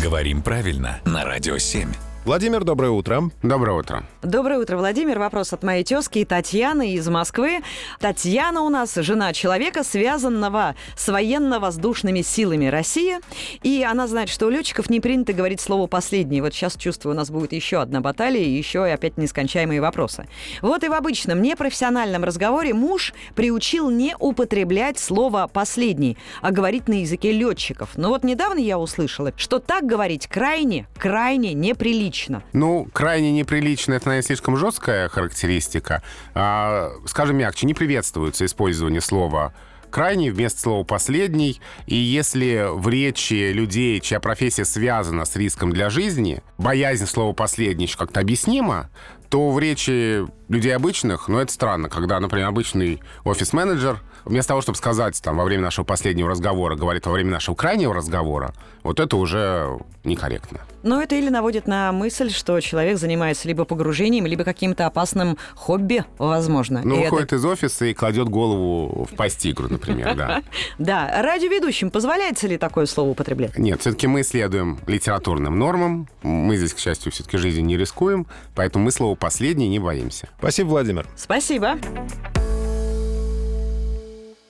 Говорим правильно на Радио 7. Владимир, доброе утро. Доброе утро. Доброе утро, Владимир. Вопрос от моей тезки Татьяны из Москвы. Татьяна у нас жена человека, связанного с военно-воздушными силами России. И она знает, что у летчиков не принято говорить слово «последний». Вот сейчас, чувствую, у нас будет еще одна баталия и еще и опять нескончаемые вопросы. Вот и в обычном непрофессиональном разговоре муж приучил не употреблять слово «последний», а говорить на языке летчиков. Но вот недавно я услышала, что так говорить крайне неприлично. Ну, крайне неприлично — это, наверное, слишком жесткая характеристика. Скажем мягче, не приветствуется использование слова «крайний» вместо слова «последний». И если в речи людей, чья профессия связана с риском для жизни, боязнь слова «последний» еще как-то объяснима, то в речи людей обычных, это странно, когда, например, обычный офис-менеджер вместо того, чтобы сказать там во время нашего последнего разговора, говорит во время нашего крайнего разговора, вот это уже некорректно. Но это или наводит на мысль, что человек занимается либо погружением, либо каким-то опасным хобби, возможно. Уходит из офиса и кладет голову в пасть тигру, например, да. Да. Радиоведущим позволяется ли такое слово употреблять? Нет, все-таки мы следуем литературным нормам. Мы здесь, к счастью, все-таки жизнью не рискуем, поэтому мы слово «последний» не боимся. Спасибо, Владимир. Спасибо.